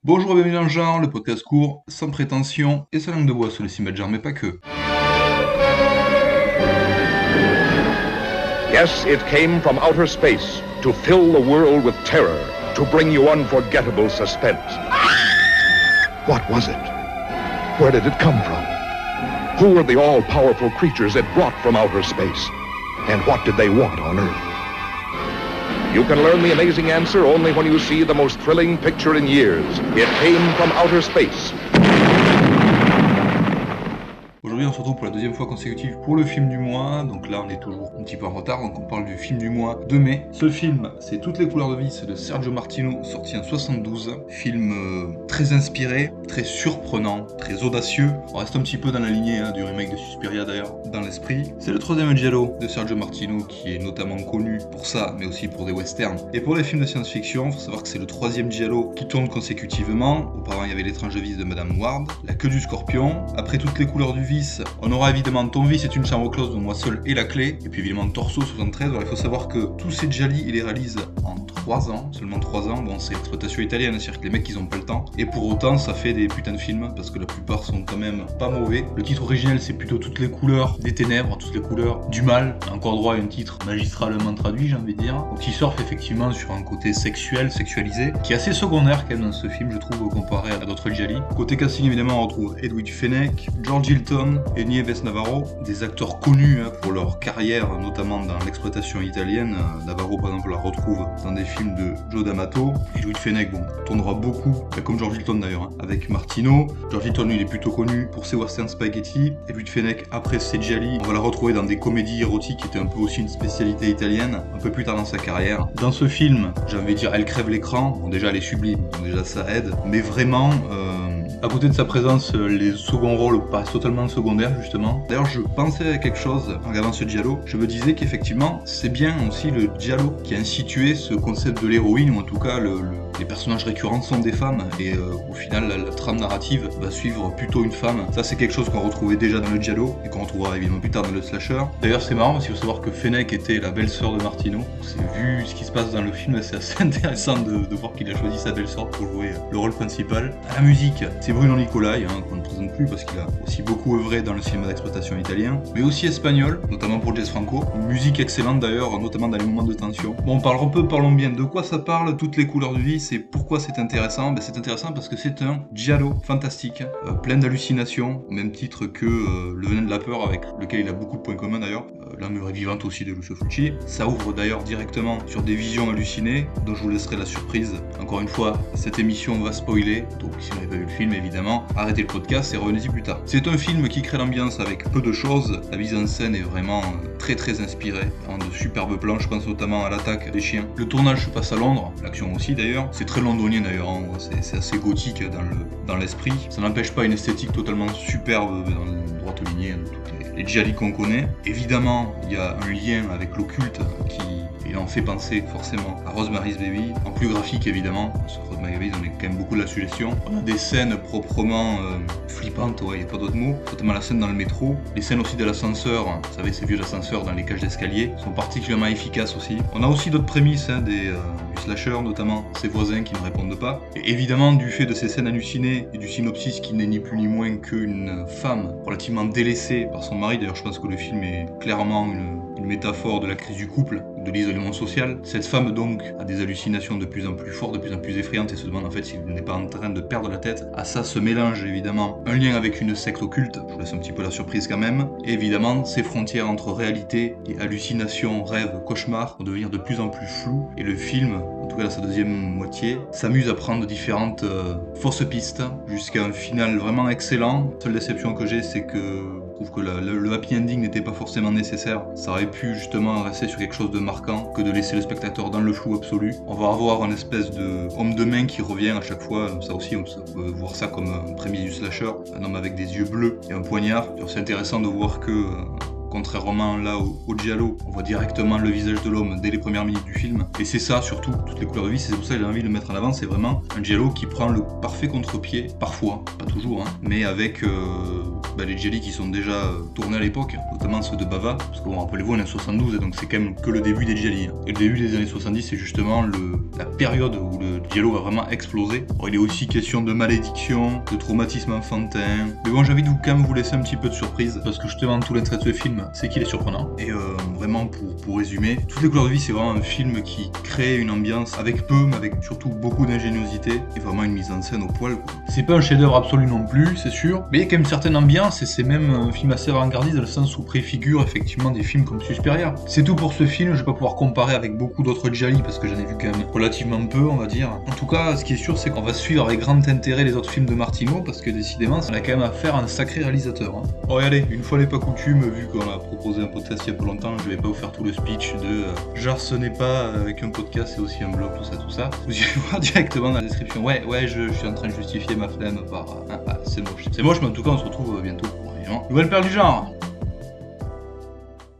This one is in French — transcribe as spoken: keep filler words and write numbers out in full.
Bonjour et bienvenue dans le genre, le podcast court, sans prétention et sans langue de bois sur les cinémas de genre, mais pas que. Yes, it came from outer space to fill the world with terror, to bring you unforgettable suspense. What was it? Where did it come from? Who were the all-powerful creatures it brought from outer space? And what did they want on Earth? You can learn the amazing answer only when you see the most thrilling picture in years. It came from outer space. Aujourd'hui on se retrouve pour la deuxième fois consécutive pour le film du mois, donc là on est toujours un petit peu en retard, donc on parle du film du mois de mai. Ce film, c'est Toutes les couleurs de vice de Sergio Martino, sorti en soixante-douze, film euh, très inspiré, très surprenant, très audacieux. On reste un petit peu dans la lignée hein, du remake de Suspiria d'ailleurs, dans l'esprit. C'est le troisième giallo de Sergio Martino qui est notamment connu pour ça, mais aussi pour des westerns et pour les films de science-fiction. Faut savoir que c'est le troisième giallo qui tourne consécutivement. Auparavant il y avait L'étrange vice de Madame Ward, La queue du scorpion, après Toutes les couleurs du vice, on aura évidemment Ton vice est une chambre close dont moi seul est la clé, et puis évidemment Torso soixante-treize. Alors il faut savoir que tous ces gialli, il les réalise en trois ans, seulement trois ans. Bon, c'est l'exploitation italienne, c'est-à-dire que les mecs ils ont pas le temps, et pour autant ça fait des putains de films, parce que la plupart sont quand même pas mauvais. Le titre original c'est plutôt Toutes les couleurs des ténèbres, Toutes les couleurs du mal, encore droit à un titre magistralement traduit j'ai envie de dire, donc il surfe effectivement sur un côté sexuel, sexualisé, qui est assez secondaire quand même dans ce film je trouve comparé à d'autres gialli. Côté casting évidemment on retrouve Edwige Fenech, George Hilton et Nieves Navarro, des acteurs connus hein, pour leur carrière, notamment dans l'exploitation italienne. Navarro par exemple on la retrouve dans des films de Joe D'Amato. Edwige Fenech, bon, tournera beaucoup, comme George Hilton d'ailleurs, hein, avec Martino. George Hilton lui, il est plutôt connu pour ses western spaghetti. Edwige Fenech, après ses gialli, on va la retrouver dans des comédies érotiques qui étaient un peu aussi une spécialité italienne, un peu plus tard dans sa carrière. Dans ce film, j'ai envie de dire, elle crève l'écran. Bon déjà elle est sublime, donc déjà ça aide, mais vraiment... Euh... À côté de sa présence, les seconds rôles passent totalement secondaires justement. D'ailleurs, je pensais à quelque chose en regardant ce giallo. Je me disais qu'effectivement, c'est bien aussi le giallo qui a institué ce concept de l'héroïne, ou en tout cas le, le, les personnages récurrents sont des femmes, et euh, au final, la, la trame narrative va suivre plutôt une femme. Ça, c'est quelque chose qu'on retrouvait déjà dans le giallo et qu'on retrouvera évidemment plus tard dans le slasher. D'ailleurs, c'est marrant parce qu'il faut savoir que Fenech était la belle-sœur de Martino. C'est vu ce qui se passe dans le film, c'est assez intéressant de, de voir qu'il a choisi sa belle-sœur pour jouer le rôle principal. À la musique, c'est Bruno Nicolai, hein, qu'on ne présente plus parce qu'il a aussi beaucoup œuvré dans le cinéma d'exploitation italien, mais aussi espagnol, notamment pour Jess Franco. Une musique excellente d'ailleurs, notamment dans les moments de tension. Bon, on parle un peu, parlons bien. De quoi ça parle, Toutes les couleurs du vice, et pourquoi c'est intéressant? Ben, c'est intéressant parce que c'est un giallo fantastique, euh, plein d'hallucinations, au même titre que euh, Le venin de la peur, avec lequel il a beaucoup de points communs d'ailleurs. Euh, La murée vivante aussi de Lucio Fulci. Ça ouvre d'ailleurs directement sur des visions hallucinées, dont je vous laisserai la surprise. Encore une fois, cette émission va spoiler, donc si vous n'avez pas vu le film évidemment, arrêtez le podcast et revenez-y plus tard. C'est un film qui crée l'ambiance avec peu de choses. La mise en scène est vraiment très très inspirée, en de superbes plans, je pense notamment à l'attaque des chiens. Le tournage se passe à Londres, l'action aussi d'ailleurs. C'est très londonien d'ailleurs, hein. c'est, c'est assez gothique dans, le, dans l'esprit. Ça n'empêche pas une esthétique totalement superbe dans la droite lignée de toutes les, les gialli qu'on connaît. Évidemment, il y a un lien avec l'occulte qui... Il en fait penser forcément à Rosemary's Baby, en plus graphique évidemment. Sur Rosemary's Baby, on est quand même beaucoup de la suggestion. On a des scènes proprement euh, flippantes, ouais, il n'y a pas d'autre mot. Notamment la scène dans le métro. Les scènes aussi de l'ascenseur, vous savez, ces vieux ascenseurs dans les cages d'escalier, sont particulièrement efficaces aussi. On a aussi d'autres prémices, hein, des, euh, du slasher notamment, ses voisins qui ne répondent pas. Et évidemment, du fait de ces scènes hallucinées et du synopsis qui n'est ni plus ni moins qu'une femme relativement délaissée par son mari. D'ailleurs, je pense que le film est clairement une, une métaphore de la crise du couple, de l'isolement social. Cette femme donc a des hallucinations de plus en plus fortes, de plus en plus effrayantes, et se demande en fait s'il n'est pas en train de perdre la tête. À ça se mélange évidemment un lien avec une secte occulte, je vous laisse un petit peu la surprise quand même, et évidemment ces frontières entre réalité et hallucination, rêve, cauchemar vont devenir de plus en plus floues, et le film, en tout cas dans sa deuxième moitié, s'amuse à prendre différentes euh, fausses pistes, jusqu'à un final vraiment excellent. La seule déception que j'ai, c'est que je trouve que la, le, le happy ending n'était pas forcément nécessaire. Ça aurait pu justement rester sur quelque chose de marquant que de laisser le spectateur dans le flou absolu. On va avoir une espèce de homme de main qui revient à chaque fois. Ça aussi, on peut voir ça comme un prémisse du slasher. Un homme avec des yeux bleus et un poignard. C'est intéressant de voir que Contrairement là au, au giallo, on voit directement le visage de l'homme dès les premières minutes du film. Et c'est ça surtout, toutes les couleurs de vie, c'est pour ça que j'ai envie de le mettre en avant, c'est vraiment un giallo qui prend le parfait contre-pied, parfois, pas toujours, hein, mais avec euh, bah, les gialli qui sont déjà euh, tournés à l'époque, notamment ceux de Bava, parce que bon, rappelez-vous, on est en soixante-douze, et donc c'est quand même que le début des gialli. Hein. Et le début des années soixante-dix, c'est justement le, la période où le giallo va vraiment exploser. Alors, il est aussi question de malédiction, de traumatisme enfantin, mais bon, j'ai envie de vous, quand même vous laisser un petit peu de surprise, parce que justement, tout l'intérêt de ce film, c'est qu'il est surprenant. Et euh, vraiment, pour, pour résumer, Toutes les couleurs de vie, c'est vraiment un film qui crée une ambiance avec peu, mais avec surtout beaucoup d'ingéniosité, et vraiment une mise en scène au poil. C'est pas un chef-d'œuvre absolu non plus, c'est sûr, mais il y a quand même une certaine ambiance, et c'est même un film assez avant-gardiste dans le sens où préfigure effectivement des films comme Suspiria. C'est tout pour ce film, je vais pas pouvoir comparer avec beaucoup d'autres gialli, parce que j'en ai vu quand même relativement peu, on va dire. En tout cas, ce qui est sûr, c'est qu'on va suivre avec grand intérêt les autres films de Martino, parce que décidément, on a quand même affaire à un sacré réalisateur. Hein. Bon, et allez, une fois n'est pas coutume, vu qu'on a proposé un podcast il y a pas longtemps, je vais pas vous faire tout le speech de euh, genre ce n'est pas avec un podcast, c'est aussi un blog, tout ça, tout ça. Vous irez voir directement dans la description. Ouais, ouais, je, je suis en train de justifier ma flemme par. Ah, ah, c'est moche. C'est moche, mais en tout cas, on se retrouve bientôt pour évidemment nouvelle perle du genre.